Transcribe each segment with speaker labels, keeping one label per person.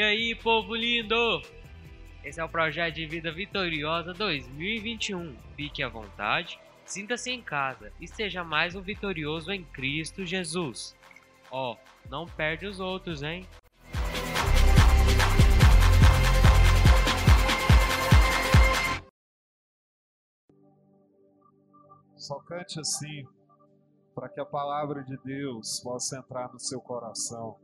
Speaker 1: aí, povo lindo! Esse é o Projeto de Vida Vitoriosa 2021. Fique à vontade, sinta-se em casa e seja mais um vitorioso em Cristo Jesus. Ó, não perde os outros, hein?
Speaker 2: Só cante assim, para que a palavra de Deus possa entrar no seu coração.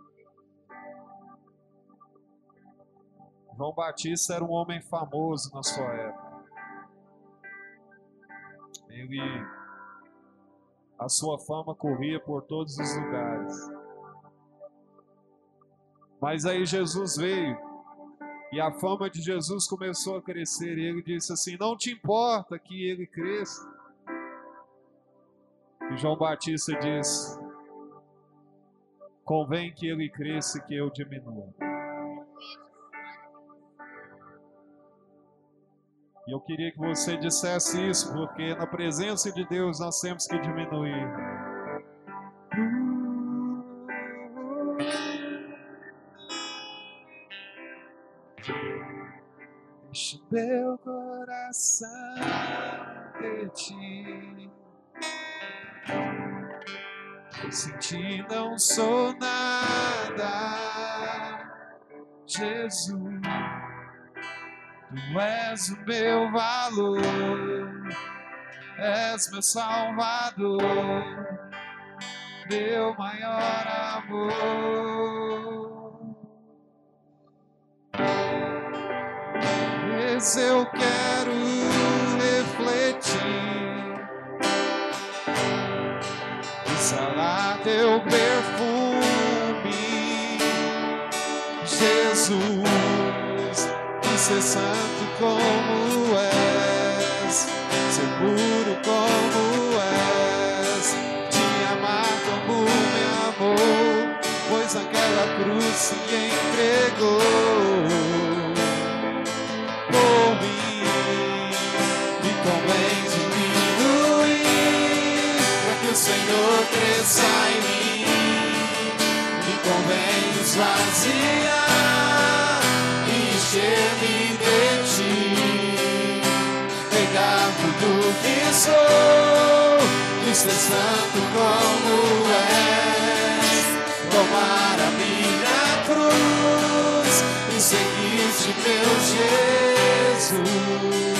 Speaker 2: João Batista era um homem famoso na sua época. A sua fama corria por todos os lugares. Mas aí Jesus veio e a fama de Jesus começou a crescer. E ele disse assim: não te importa que ele cresça. E João Batista disse: convém que ele cresça e que eu diminua. E eu queria que você dissesse isso, porque na presença de Deus nós temos que diminuir. Deixa meu coração de ti. Sem ti não sou nada, Jesus. Tu és o meu valor, és meu Salvador, meu maior amor. Mas eu quero refletir, exalar teu perfume, Jesus. Ser santo como és, ser puro como és, te amar como me amou, pois naquela cruz se entregou por mim. Me convém diminuir, para que o Senhor cresça em mim. Me convém esvaziar, encher-me de ti, pegar tudo que sou e ser santo como és, tomar a minha cruz e seguir-te, meu Jesus.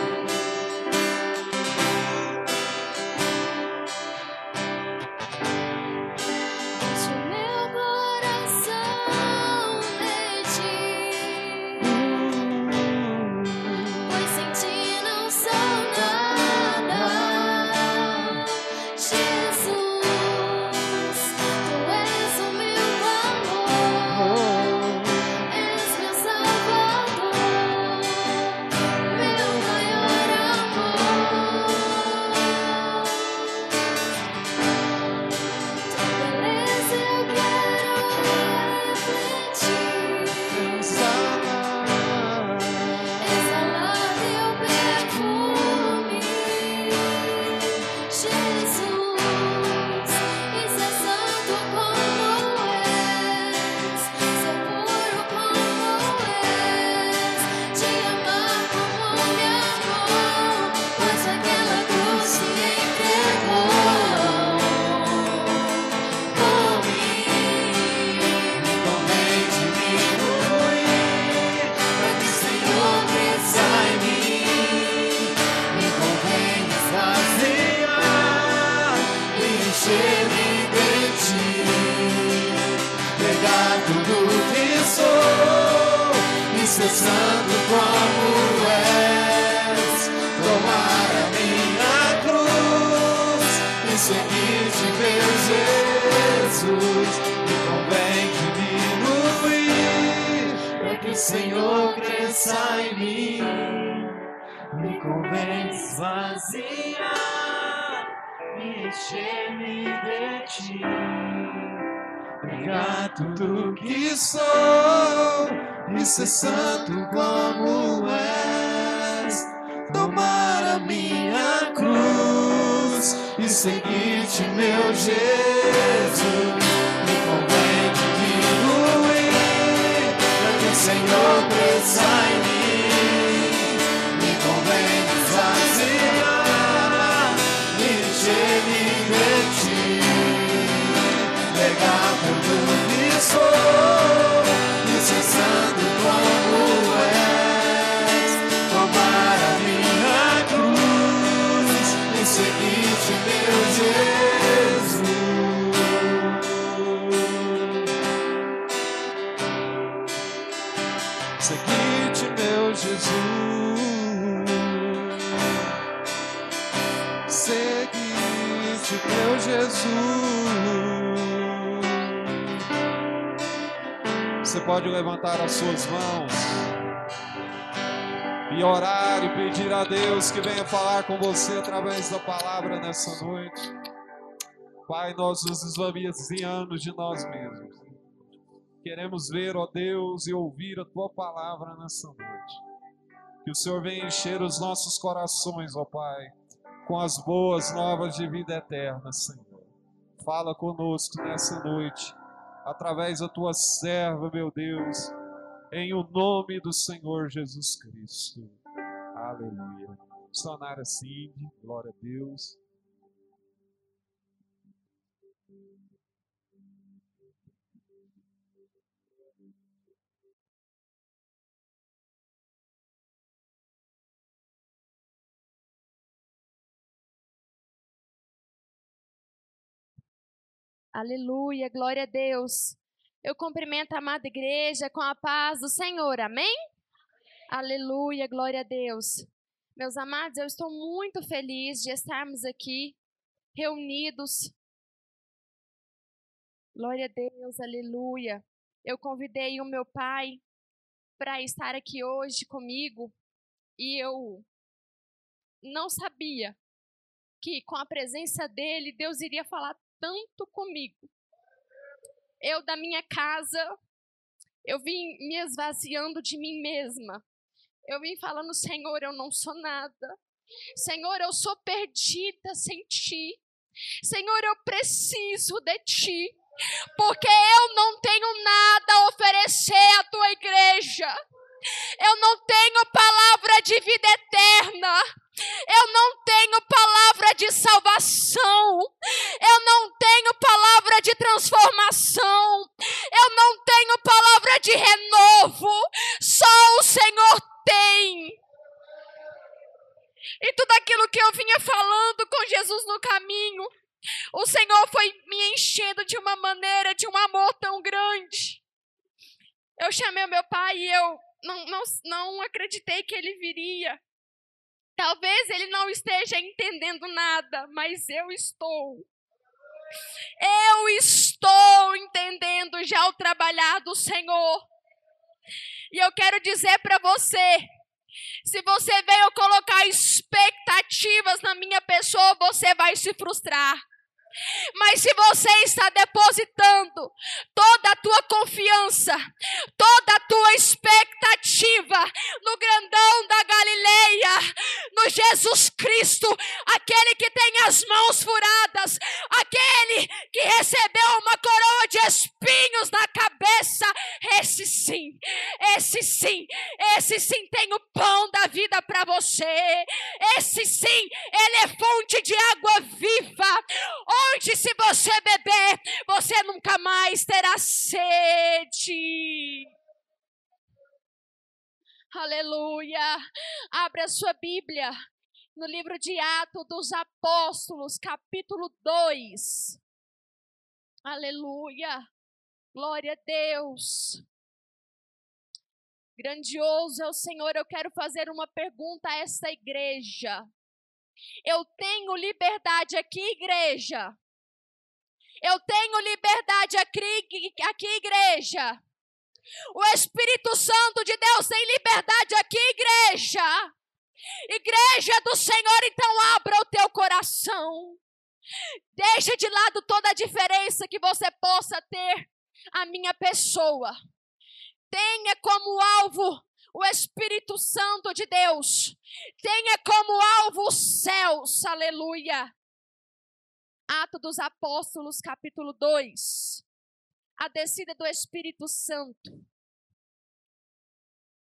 Speaker 2: Ser santo como és, tomar a minha cruz e seguir-te, meu Jesus. Me convém diminuir, para que o Senhor cresça em mim. Me convém esvaziar e encher-me de ti, pegar tudo que sou e ser santo como és, tomar a minha cruz e seguir-te, meu Jesus. Me convém diminuir, para que o Senhor cresça em mim, me convém esvaziar, encher-me de ti, pegar tudo que sou, e ser santo como és, tomar a minha cruz, e seguir-te, meu Jesus. Seguir-te, meu Jesus. Seguir-te, meu Jesus. Você pode levantar as suas mãos e orar e pedir a Deus que venha falar com você através da palavra nessa noite. Pai, nós nos esvaziamos de nós mesmos. Queremos ver, ó Deus, e ouvir a Tua palavra nessa noite. Que o Senhor venha encher os nossos corações, ó Pai, com as boas novas de vida eterna, Senhor. Fala conosco nessa noite, através da Tua serva, meu Deus, em o nome do Senhor Jesus Cristo. Aleluia. Missionária Cindy, glória a Deus.
Speaker 3: Aleluia, glória a Deus. Eu cumprimento a amada igreja com a paz do Senhor, amém? Aleluia, glória a Deus. Meus amados, eu estou muito feliz de estarmos aqui reunidos. Glória a Deus, aleluia. Eu convidei o meu pai para estar aqui hoje comigo e eu não sabia que com a presença dele, Deus iria falar tanto comigo. Eu, da minha casa, eu vim me esvaziando de mim mesma. Eu vim falando, Senhor, eu não sou nada. Senhor, eu sou perdida sem Ti. Senhor, eu preciso de Ti. Porque eu não tenho nada a oferecer à Tua igreja. Eu não tenho palavra de vida eterna. Eu não tenho palavra de salvação. Eu não tenho palavra de transformação. Eu não tenho palavra de renovo. Só o Senhor tem. E tudo aquilo que eu vinha falando com Jesus no caminho, o Senhor foi me enchendo de uma maneira, de um amor tão grande. Eu chamei o meu pai e eu não acreditei que ele viria. Talvez ele não esteja entendendo nada, mas eu estou. Eu estou entendendo já o trabalhar do Senhor. E eu quero dizer para você, se você veio colocar expectativas na minha pessoa, você vai se frustrar. Mas se você está depositando toda a tua confiança, toda a tua expectativa no grandão da Galileia, no Jesus Cristo, aquele que tem as mãos furadas, aquele que recebeu uma coroa de espinhos na cabeça, esse sim tem o pão da vida para você. Esse sim, ele é fonte de água viva, onde se você beber, você nunca mais terá sede. Aleluia. Abra sua Bíblia no livro de Atos dos Apóstolos, capítulo 2. Aleluia. Glória a Deus. Grandioso é o Senhor. Eu quero fazer uma pergunta a esta igreja. Eu tenho liberdade aqui, igreja? Eu tenho liberdade aqui, igreja? O Espírito Santo de Deus tem liberdade aqui, igreja? Igreja do Senhor, então abra o teu coração. Deixa de lado toda a diferença que você possa ter a minha pessoa. Tenha como alvo o Espírito Santo de Deus. Tenha como alvo os céus. Aleluia. Atos dos Apóstolos, capítulo 2. A descida do Espírito Santo.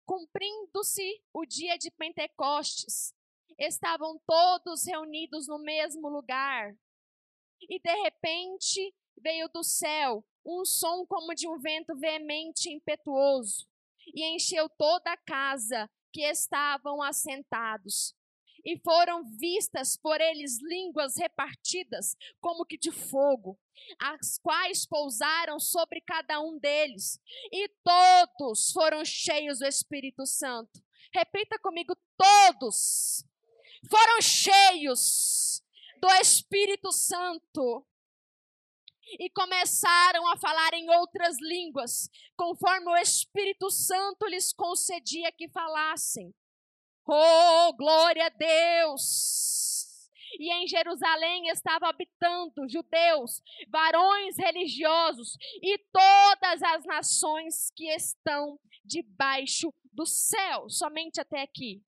Speaker 3: Cumprindo-se o dia de Pentecostes, estavam todos reunidos no mesmo lugar. E de repente veio do céu um som como de um vento veemente e impetuoso, e encheu toda a casa que estavam assentados. E foram vistas por eles línguas repartidas como que de fogo, as quais pousaram sobre cada um deles. E todos foram cheios do Espírito Santo. Repita comigo: todos foram cheios do Espírito Santo. E começaram a falar em outras línguas, conforme o Espírito Santo lhes concedia que falassem. Oh, glória a Deus! E em Jerusalém estavam habitando judeus, varões religiosos e todas as nações que estão debaixo do céu. Somente até aqui.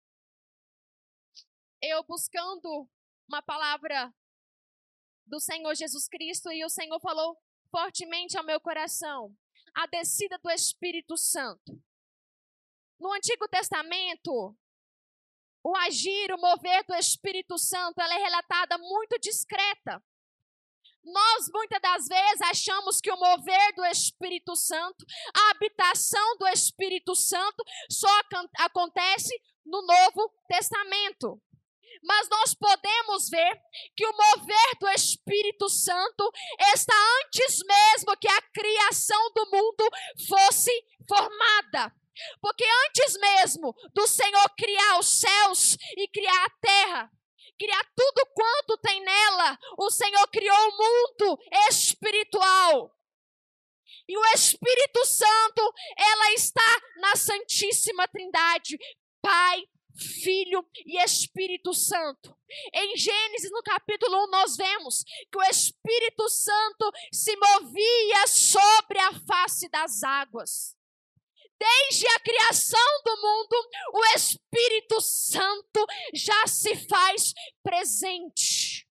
Speaker 3: Eu buscando uma palavra do Senhor Jesus Cristo, e o Senhor falou fortemente ao meu coração: a descida do Espírito Santo. No Antigo Testamento, o agir, o mover do Espírito Santo, ela é relatada muito discreta. Nós, muitas das vezes, achamos que o mover do Espírito Santo, a habitação do Espírito Santo, só acontece no Novo Testamento. Mas nós podemos ver que o mover do Espírito Santo está antes mesmo que a criação do mundo fosse formada. Porque antes mesmo do Senhor criar os céus e criar a terra, criar tudo quanto tem nela, o Senhor criou o mundo espiritual. E o Espírito Santo, ela está na Santíssima Trindade, Pai, Filho e Espírito Santo. Em Gênesis, no capítulo 1, nós vemos que o Espírito Santo se movia sobre a face das águas. Desde a criação do mundo, o Espírito Santo já se faz presente.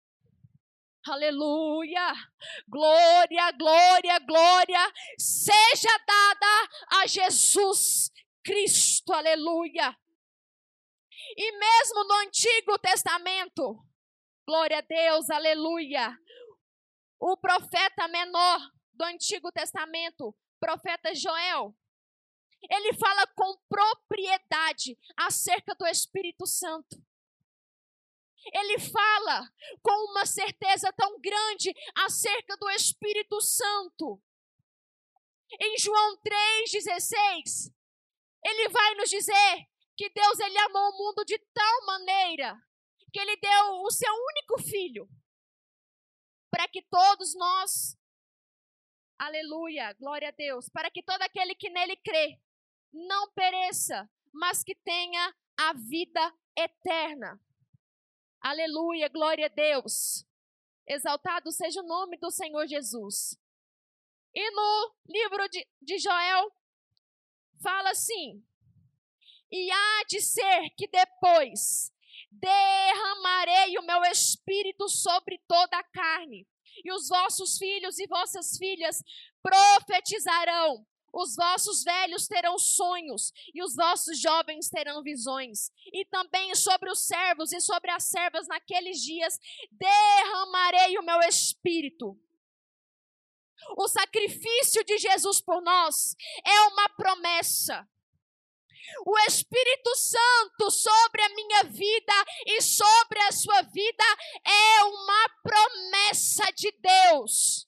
Speaker 3: Aleluia! Glória, glória, glória seja dada a Jesus Cristo. Aleluia! E mesmo no Antigo Testamento, glória a Deus, aleluia, o profeta menor do Antigo Testamento, profeta Joel, ele fala com propriedade acerca do Espírito Santo. Ele fala com uma certeza tão grande acerca do Espírito Santo. Em João 3,16, ele vai nos dizer que Deus, ele amou o mundo de tal maneira que ele deu o seu único filho para que todos nós, aleluia, glória a Deus, para que todo aquele que nele crê não pereça, mas que tenha a vida eterna. Aleluia, glória a Deus. Exaltado seja o nome do Senhor Jesus. E no livro de Joel, fala assim: e há de ser que depois derramarei o meu espírito sobre toda a carne, e os vossos filhos e vossas filhas profetizarão, os vossos velhos terão sonhos, e os vossos jovens terão visões. E também sobre os servos e sobre as servas naqueles dias derramarei o meu espírito. O sacrifício de Jesus por nós é uma promessa. O Espírito Santo sobre a minha vida e sobre a sua vida é uma promessa de Deus.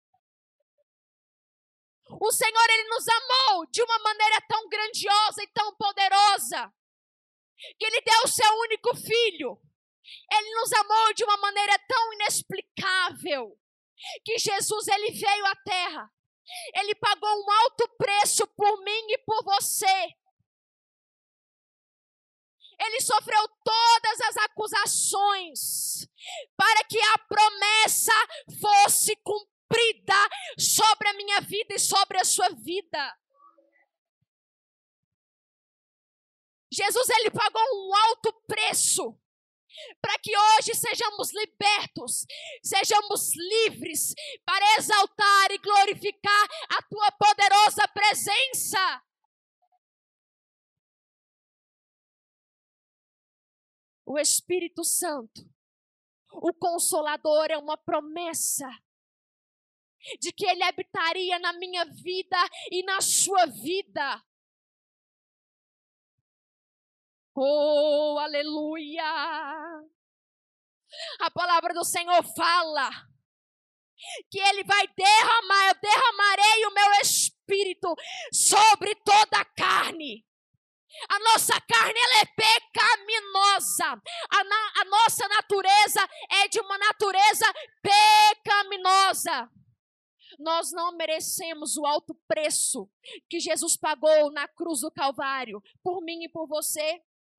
Speaker 3: O Senhor, ele nos amou de uma maneira tão grandiosa e tão poderosa, que ele deu o seu único filho. Ele nos amou de uma maneira tão inexplicável, que Jesus, ele veio à terra. Ele pagou um alto preço por mim e por você. Ele sofreu todas as acusações para que a promessa fosse cumprida sobre a minha vida e sobre a sua vida. Jesus, ele pagou um alto preço para que hoje sejamos libertos, sejamos livres para exaltar e glorificar a tua poderosa presença. O Espírito Santo, o Consolador, é uma promessa de que Ele habitaria na minha vida e na sua vida. Oh, aleluia! A palavra do Senhor fala que Ele vai derramar, eu derramarei o meu Espírito sobre toda a carne. A nossa carne, ela é pecaminosa. A nossa natureza é de uma natureza pecaminosa. Nós não merecemos o alto preço que Jesus pagou na cruz do Calvário, por mim e por você.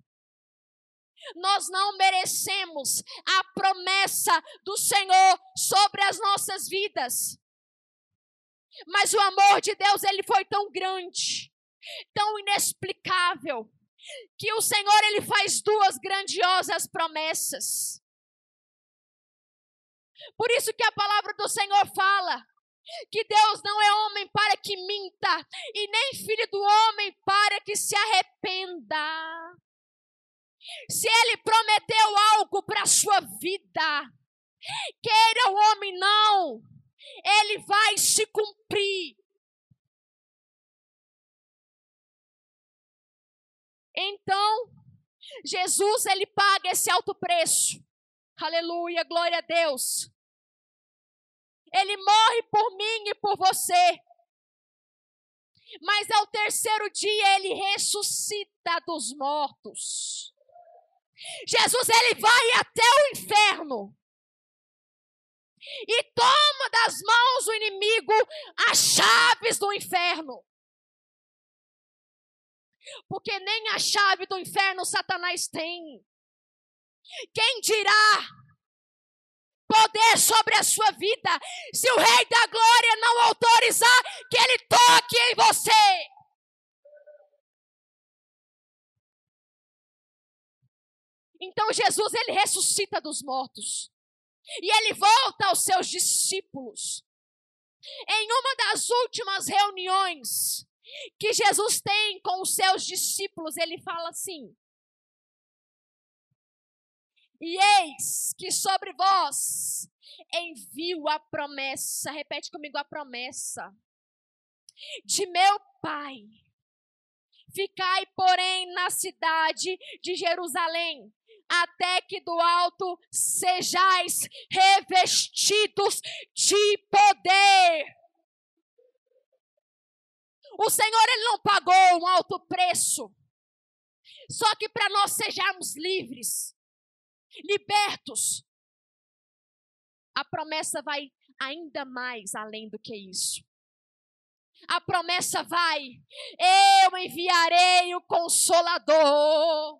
Speaker 3: Nós não merecemos a promessa do Senhor sobre as nossas vidas. Mas o amor de Deus, ele foi tão grande, tão inexplicável, que o Senhor, ele faz duas grandiosas promessas. Por isso que a palavra do Senhor fala que Deus não é homem para que minta, e nem filho do homem para que se arrependa. Se Ele prometeu algo para a sua vida, queira o homem não, Ele vai se cumprir. Então, Jesus, Ele paga esse alto preço. Aleluia, glória a Deus. Ele morre por mim e por você. Mas ao terceiro dia Ele ressuscita dos mortos. Jesus, Ele vai até o inferno e toma das mãos do inimigo as chaves do inferno. Porque nem a chave do inferno Satanás tem. Quem dirá poder sobre a sua vida se o Rei da Glória não autorizar que Ele toque em você? Então Jesus, Ele ressuscita dos mortos. E Ele volta aos seus discípulos. Em uma das últimas reuniões que Jesus tem com os seus discípulos, Ele fala assim: e eis que sobre vós envio a promessa, repete comigo, a promessa de meu Pai. Ficai, porém, na cidade de Jerusalém, até que do alto sejais revestidos de poder. O Senhor, Ele não pagou um alto preço só que para nós sejamos livres, libertos. A promessa vai ainda mais além do que isso. A promessa vai: eu enviarei o Consolador.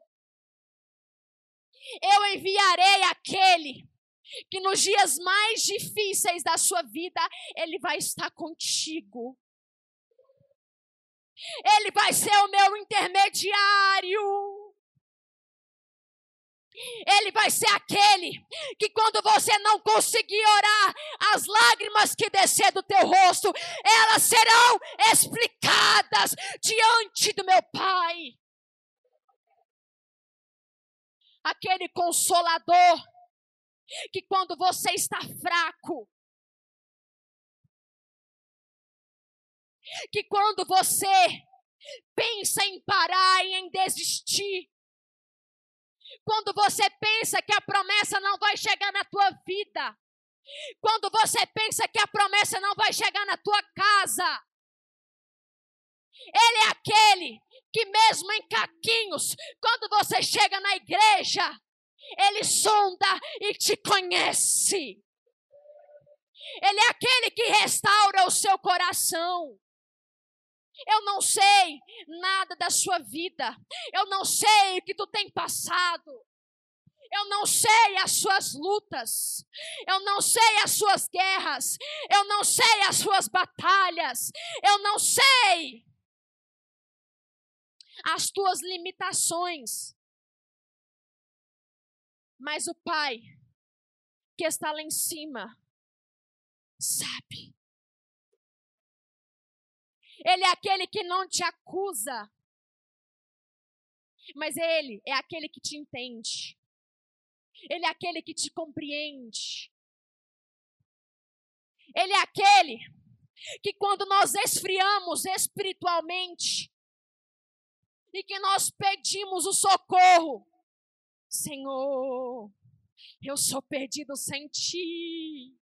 Speaker 3: Eu enviarei aquele que nos dias mais difíceis da sua vida, Ele vai estar contigo. Ele vai ser o meu intermediário. Ele vai ser aquele que quando você não conseguir orar, as lágrimas que descer do teu rosto, elas serão explicadas diante do meu Pai. Aquele Consolador que quando você está fraco, que quando você pensa em parar e em desistir, quando você pensa que a promessa não vai chegar na tua vida, quando você pensa que a promessa não vai chegar na tua casa, Ele é aquele que mesmo em caquinhos, quando você chega na igreja, Ele sonda e te conhece. Ele é aquele que restaura o seu coração. Eu não sei nada da sua vida. Eu não sei o que tu tem passado. Eu não sei as suas lutas. Eu não sei as suas guerras. Eu não sei as suas batalhas. Eu não sei as tuas limitações. Mas o Pai que está lá em cima sabe. Ele é aquele que não te acusa, mas Ele é aquele que te entende. Ele é aquele que te compreende. Ele é aquele que quando nós esfriamos espiritualmente e que nós pedimos o socorro, Senhor, eu sou perdido sem ti.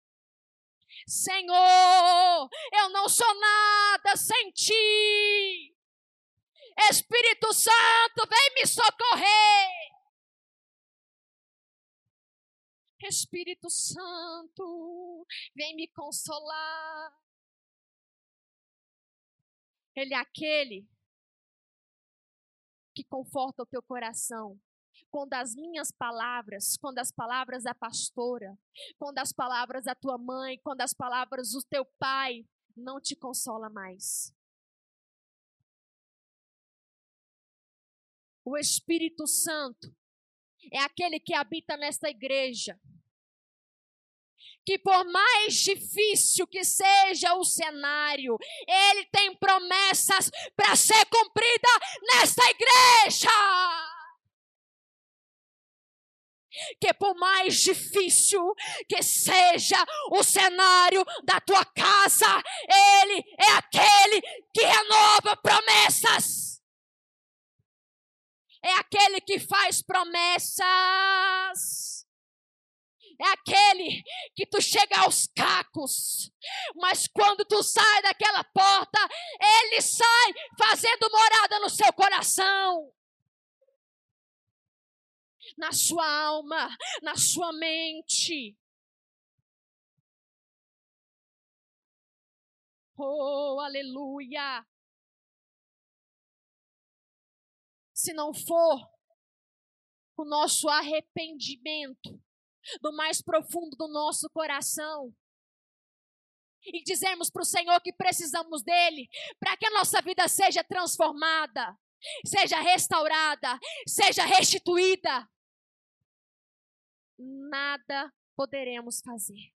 Speaker 3: Senhor, eu não sou nada sem ti. Espírito Santo, vem me socorrer. Espírito Santo, vem me consolar. Ele é aquele que conforta o teu coração. Quando as minhas palavras, quando as palavras da pastora, quando as palavras da tua mãe, quando as palavras do teu pai não te consola mais. O Espírito Santo é aquele que habita nesta igreja, que por mais difícil que seja o cenário, ele tem promessas para ser cumprida nesta igreja. Que por mais difícil que seja o cenário da tua casa, ele é aquele que renova promessas. É aquele que faz promessas. É aquele que tu chega aos cacos, mas quando tu sai daquela porta, ele sai fazendo morada no seu coração, na sua alma, na sua mente. Oh, aleluia! Se não for o nosso arrependimento do mais profundo do nosso coração e dizermos para o Senhor que precisamos dele para que a nossa vida seja transformada, seja restaurada, seja restituída, nada poderemos fazer.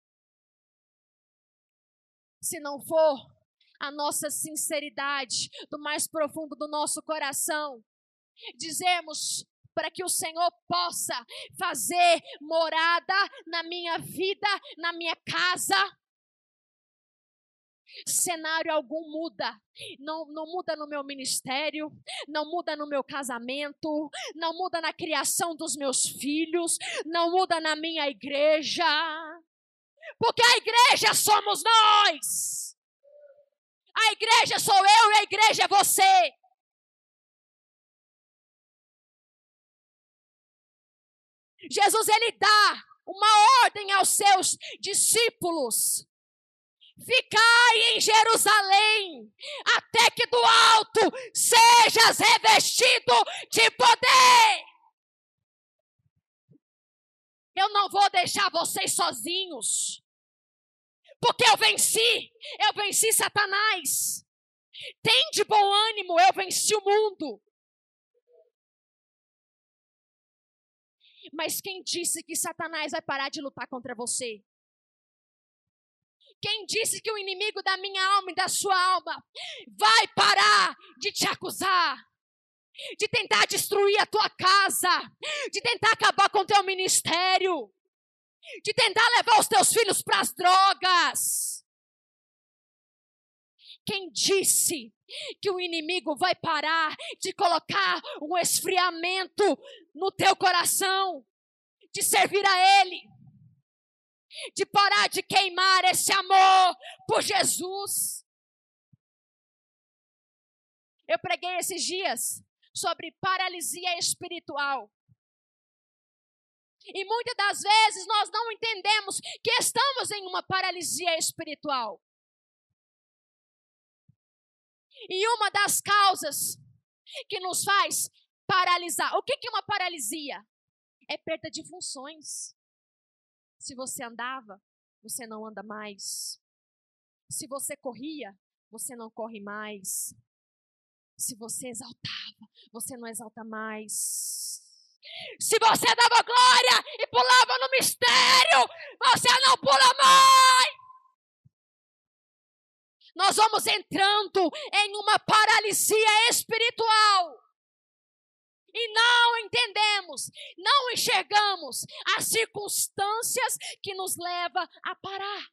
Speaker 3: Se não for a nossa sinceridade do mais profundo do nosso coração, dizermos para que o Senhor possa fazer morada na minha vida, na minha casa, cenário algum muda. Não muda no meu ministério, não muda no meu casamento, não muda na criação dos meus filhos, não muda na minha igreja, porque a igreja somos nós. A igreja sou eu e a igreja é você. Jesus, ele dá uma ordem aos seus discípulos: ficai em Jerusalém, até que do alto sejas revestido de poder. Eu não vou deixar vocês sozinhos, porque eu venci Satanás. Tem de bom ânimo, eu venci o mundo. Mas quem disse que Satanás vai parar de lutar contra você? Quem disse que o inimigo da minha alma e da sua alma vai parar de te acusar? De tentar destruir a tua casa? De tentar acabar com o teu ministério? De tentar levar os teus filhos para as drogas? Quem disse que o inimigo vai parar de colocar um esfriamento no teu coração, de servir a ele, de parar de queimar esse amor por Jesus? Eu preguei esses dias sobre paralisia espiritual. E muitas das vezes nós não entendemos que estamos em uma paralisia espiritual. E uma das causas que nos faz paralisar. O que é uma paralisia? É perda de funções. Se você andava, você não anda mais. Se você corria, você não corre mais. Se você exaltava, você não exalta mais. Se você dava glória e pulava no mistério, você não pula mais. Nós vamos entrando em uma paralisia espiritual. E não entendemos, não enxergamos as circunstâncias que nos levam a parar.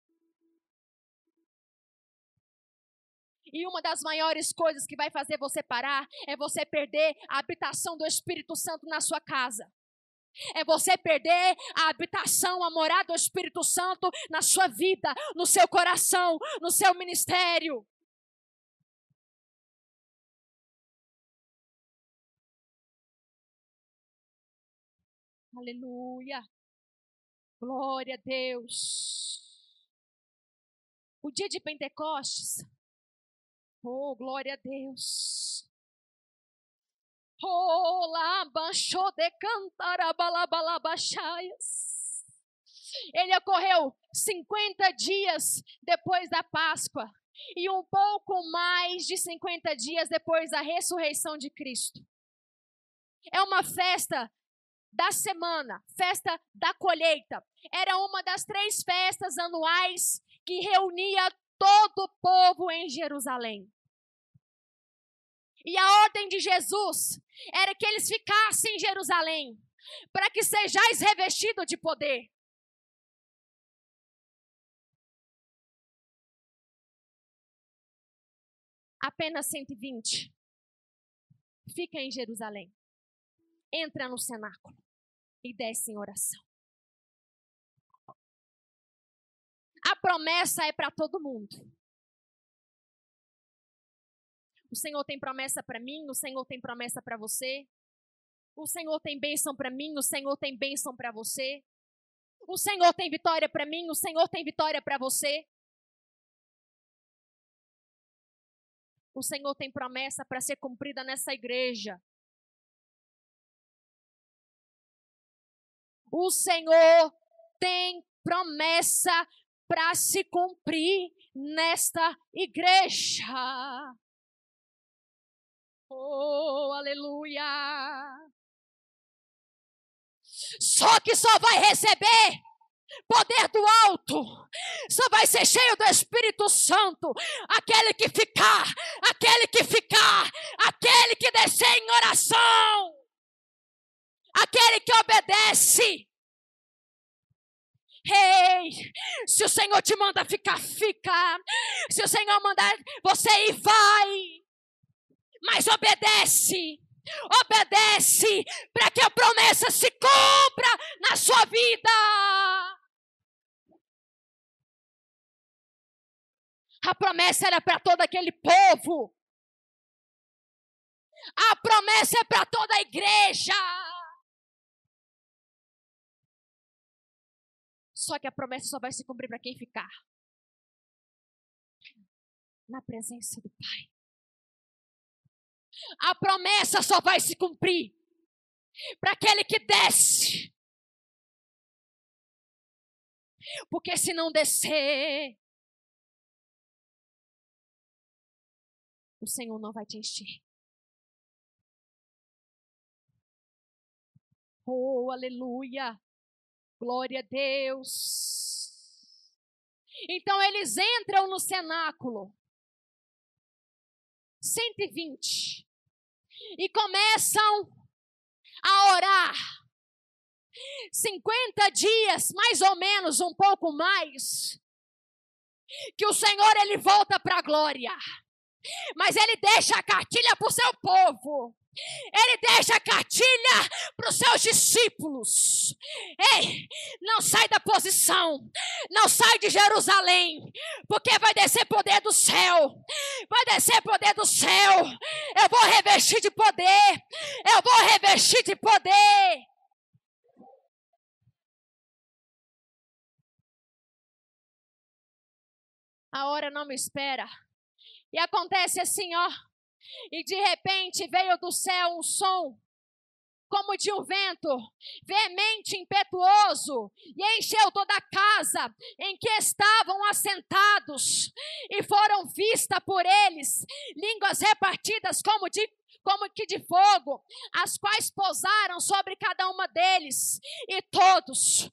Speaker 3: E uma das maiores coisas que vai fazer você parar é você perder a habitação do Espírito Santo na sua casa. É você perder a habitação, a morada do Espírito Santo na sua vida, no seu coração, no seu ministério. Aleluia. Glória a Deus. O dia de Pentecostes. Oh, glória a Deus. Oh, lá baixou de cantar a balabalabachaias. Ele ocorreu 50 dias depois da Páscoa e um pouco mais de 50 dias depois da ressurreição de Cristo. É uma festa da semana, festa da colheita. Era uma das 3 festas anuais que reunia todo o povo em Jerusalém. E a ordem de Jesus era que eles ficassem em Jerusalém, para que sejais revestidos de poder. Apenas 120. Fica em Jerusalém. Entra no cenáculo e desce em oração. A promessa é para todo mundo. O Senhor tem promessa para mim, o Senhor tem promessa para você. O Senhor tem bênção para mim, o Senhor tem bênção para você. O Senhor tem vitória para mim, o Senhor tem vitória para você. O Senhor tem promessa para ser cumprida nessa igreja. O Senhor tem promessa para se cumprir nesta igreja. Oh, aleluia! Só que só vai receber poder do alto, só vai ser cheio do Espírito Santo aquele que ficar, aquele que descer em oração, aquele que obedece. Ei, se o Senhor te manda ficar, fica. Se o Senhor mandar você ir, vai. Mas obedece para que a promessa se cumpra na sua vida. A promessa era para todo aquele povo. A promessa é para toda a igreja. Só que a promessa só vai se cumprir para quem ficar na presença do Pai. A promessa só vai se cumprir para aquele que desce. Porque se não descer, o Senhor não vai te encher. Oh, aleluia. Glória a Deus. Então eles entram no cenáculo. 120. E começam a orar. 50 dias, mais ou menos, um pouco mais. Que o Senhor, ele volta para a glória. Mas ele deixa a cartilha para o seu povo. Ele deixa a cartilha para os seus discípulos. Ei, não sai da posição, não sai de Jerusalém, porque vai descer poder do céu. Vai descer poder do céu. Eu vou revestir de poder. Eu vou revestir de poder. A hora não me espera. E acontece assim, ó. E de repente veio do céu um som, como de um vento, veemente, impetuoso, e encheu toda a casa em que estavam assentados. E foram vistas por eles línguas repartidas como que de fogo, as quais pousaram sobre cada uma deles. E todos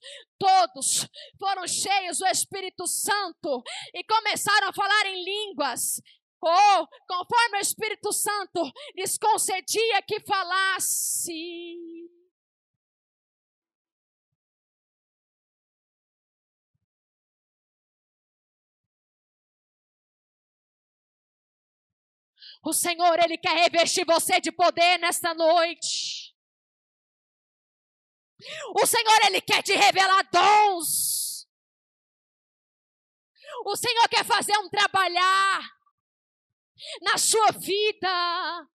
Speaker 3: foram cheios do Espírito Santo e começaram a falar em línguas Ou, conforme o Espírito Santo lhes concedia que falasse. O Senhor, Ele quer revestir você de poder nesta noite. O Senhor, Ele quer te revelar dons. O Senhor quer fazer um trabalhar na sua vida.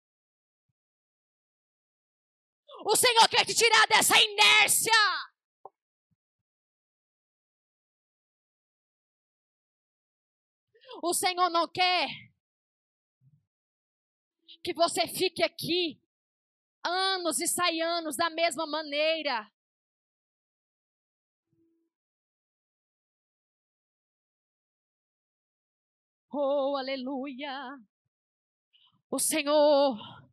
Speaker 3: O Senhor quer te tirar dessa inércia. O Senhor não quer que você fique aqui anos e saia anos da mesma maneira. Oh, aleluia. O Senhor,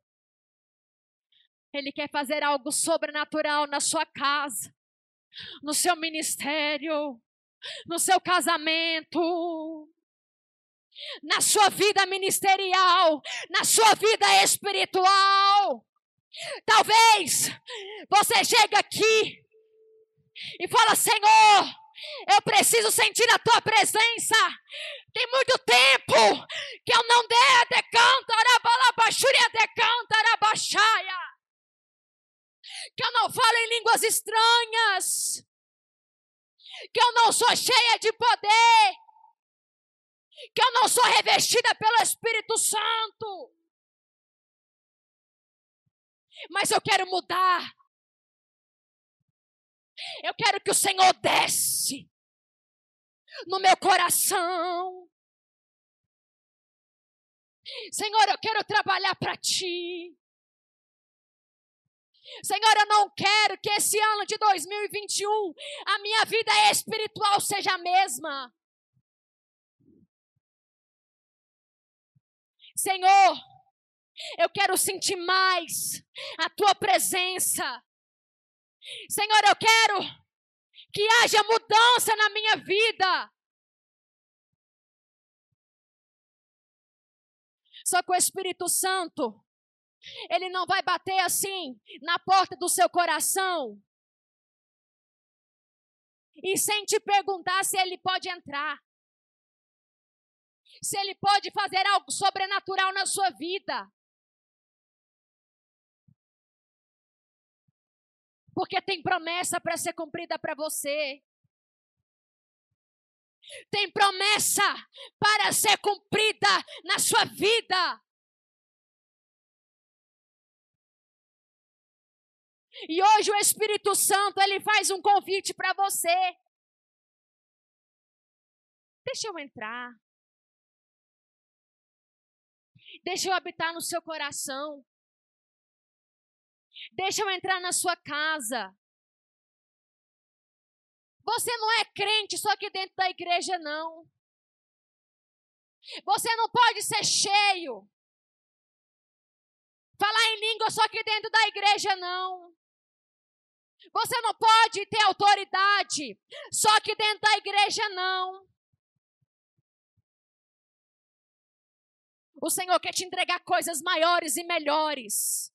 Speaker 3: Ele quer fazer algo sobrenatural na sua casa, no seu ministério, no seu casamento, na sua vida ministerial, na sua vida espiritual. Talvez você chegue aqui e fala: Senhor, eu preciso sentir a tua presença. Tem muito tempo que eu não que eu não falo em línguas estranhas, que eu não sou cheia de poder, que eu não sou revestida pelo Espírito Santo. Mas eu quero mudar. Eu quero que o Senhor desce no meu coração. Senhor, eu quero trabalhar para Ti. Senhor, eu não quero que esse ano de 2021 a minha vida espiritual seja a mesma. Senhor, eu quero sentir mais a Tua presença. Senhor, eu quero que haja mudança na minha vida. Só que o Espírito Santo, Ele não vai bater assim na porta do seu coração e sem te perguntar se Ele pode entrar, se Ele pode fazer algo sobrenatural na sua vida. Porque tem promessa para ser cumprida para você. Tem promessa para ser cumprida na sua vida. E hoje o Espírito Santo, ele faz um convite para você. Deixa eu entrar. Deixa eu habitar no seu coração. Deixa eu entrar na sua casa. Você não é crente só aqui dentro da igreja, não. Você não pode ser cheio. Falar em língua só aqui dentro da igreja, não. Você não pode ter autoridade só aqui dentro da igreja, não. O Senhor quer te entregar coisas maiores e melhores.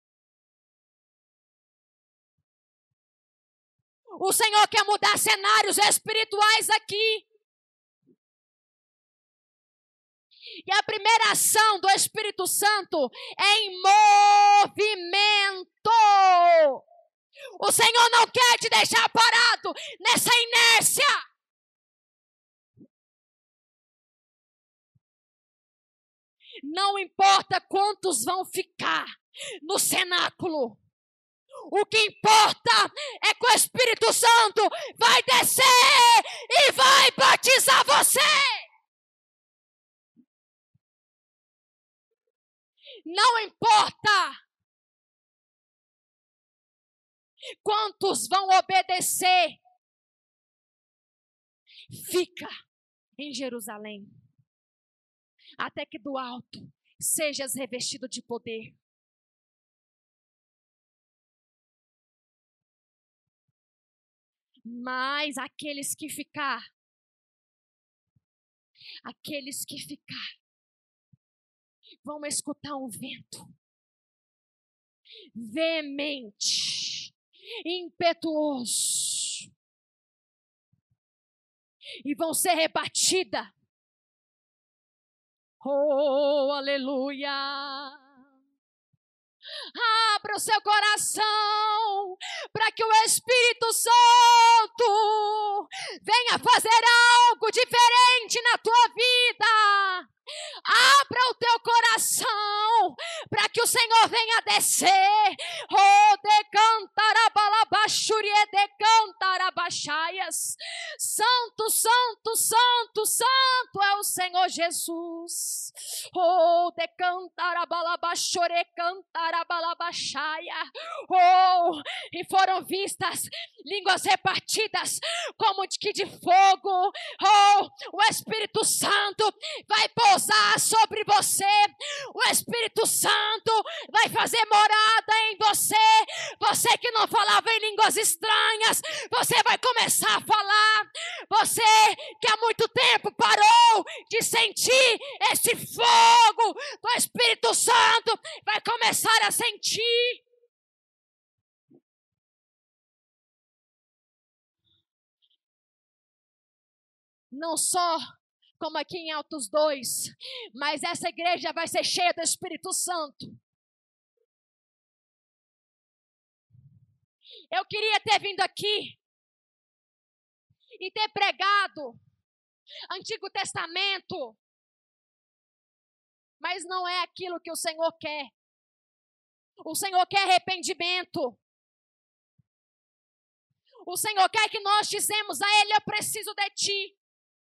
Speaker 3: O Senhor quer mudar cenários espirituais aqui. E a primeira ação do Espírito Santo é em movimento. O Senhor não quer te deixar parado nessa inércia. Não importa quantos vão ficar no cenáculo. O que importa é que o Espírito Santo vai descer e vai batizar você. Não importa quantos vão obedecer. Fica em Jerusalém, até que do alto sejas revestido de poder. Mas aqueles que ficar, vão escutar um vento veemente, impetuoso, e vão ser rebatidas. Oh, aleluia! Abra o seu coração para que o Espírito Santo venha fazer algo diferente na tua vida. Abra o teu coração para que o Senhor venha descer. Oh, decantarabalabachuri, decantarabachaias. Santo, santo, santo, santo é o Senhor Jesus. Oh, decantarabalabachore, cantarabalabachaya. Oh, e foram vistas línguas repartidas como de fogo. Oh, o Espírito Santo vai pousar sobre você. O Espírito Santo vai fazer morada em você. Você que não falava em línguas estranhas, você vai começar a falar. Você que há muito tempo parou de sentir esse fogo do Espírito Santo, vai começar a sentir. Não só como aqui em Atos 2, mas essa igreja vai ser cheia do Espírito Santo. Eu queria ter vindo aqui e ter pregado Antigo Testamento, mas não é aquilo que o Senhor quer. O Senhor quer arrependimento. O Senhor quer que nós dizemos a Ele: eu preciso de Ti.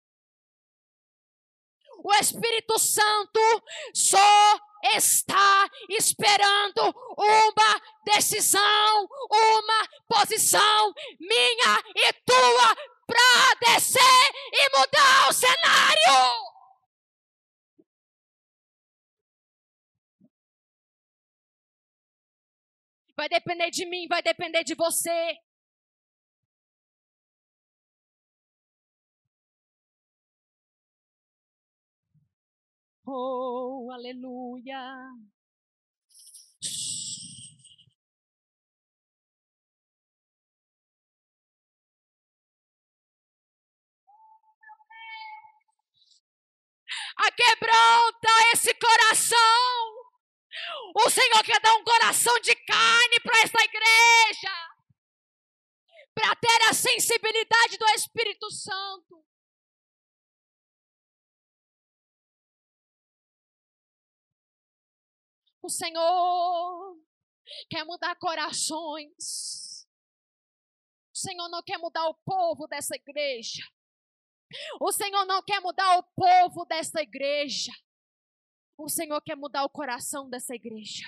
Speaker 3: O Espírito Santo só está esperando uma decisão, uma posição minha e tua para descer e mudar o cenário. Vai depender de mim, vai depender de você. Oh, aleluia. Aquebranta esse coração. O Senhor quer dar um coração de carne para essa igreja, para ter a sensibilidade do Espírito Santo. O Senhor quer mudar corações. O Senhor não quer mudar o povo dessa igreja. O Senhor não quer mudar o povo dessa igreja. O Senhor quer mudar o coração dessa igreja.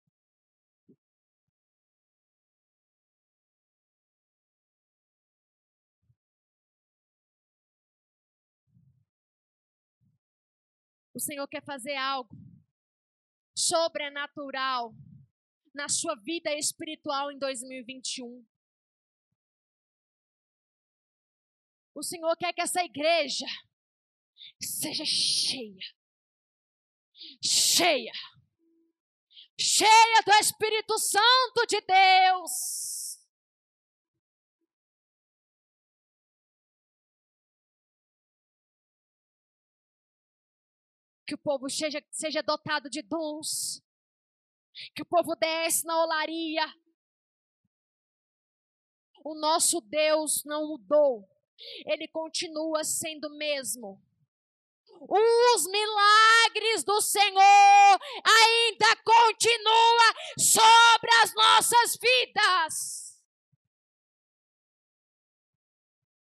Speaker 3: O Senhor quer fazer algo sobrenatural na sua vida espiritual em 2021. O Senhor quer que essa igreja seja cheia, cheia, cheia do Espírito Santo de Deus. Que o povo seja dotado de dons. Que o povo desce na olaria. O nosso Deus não mudou. Ele continua sendo o mesmo. Os milagres do Senhor ainda continuam sobre as nossas vidas.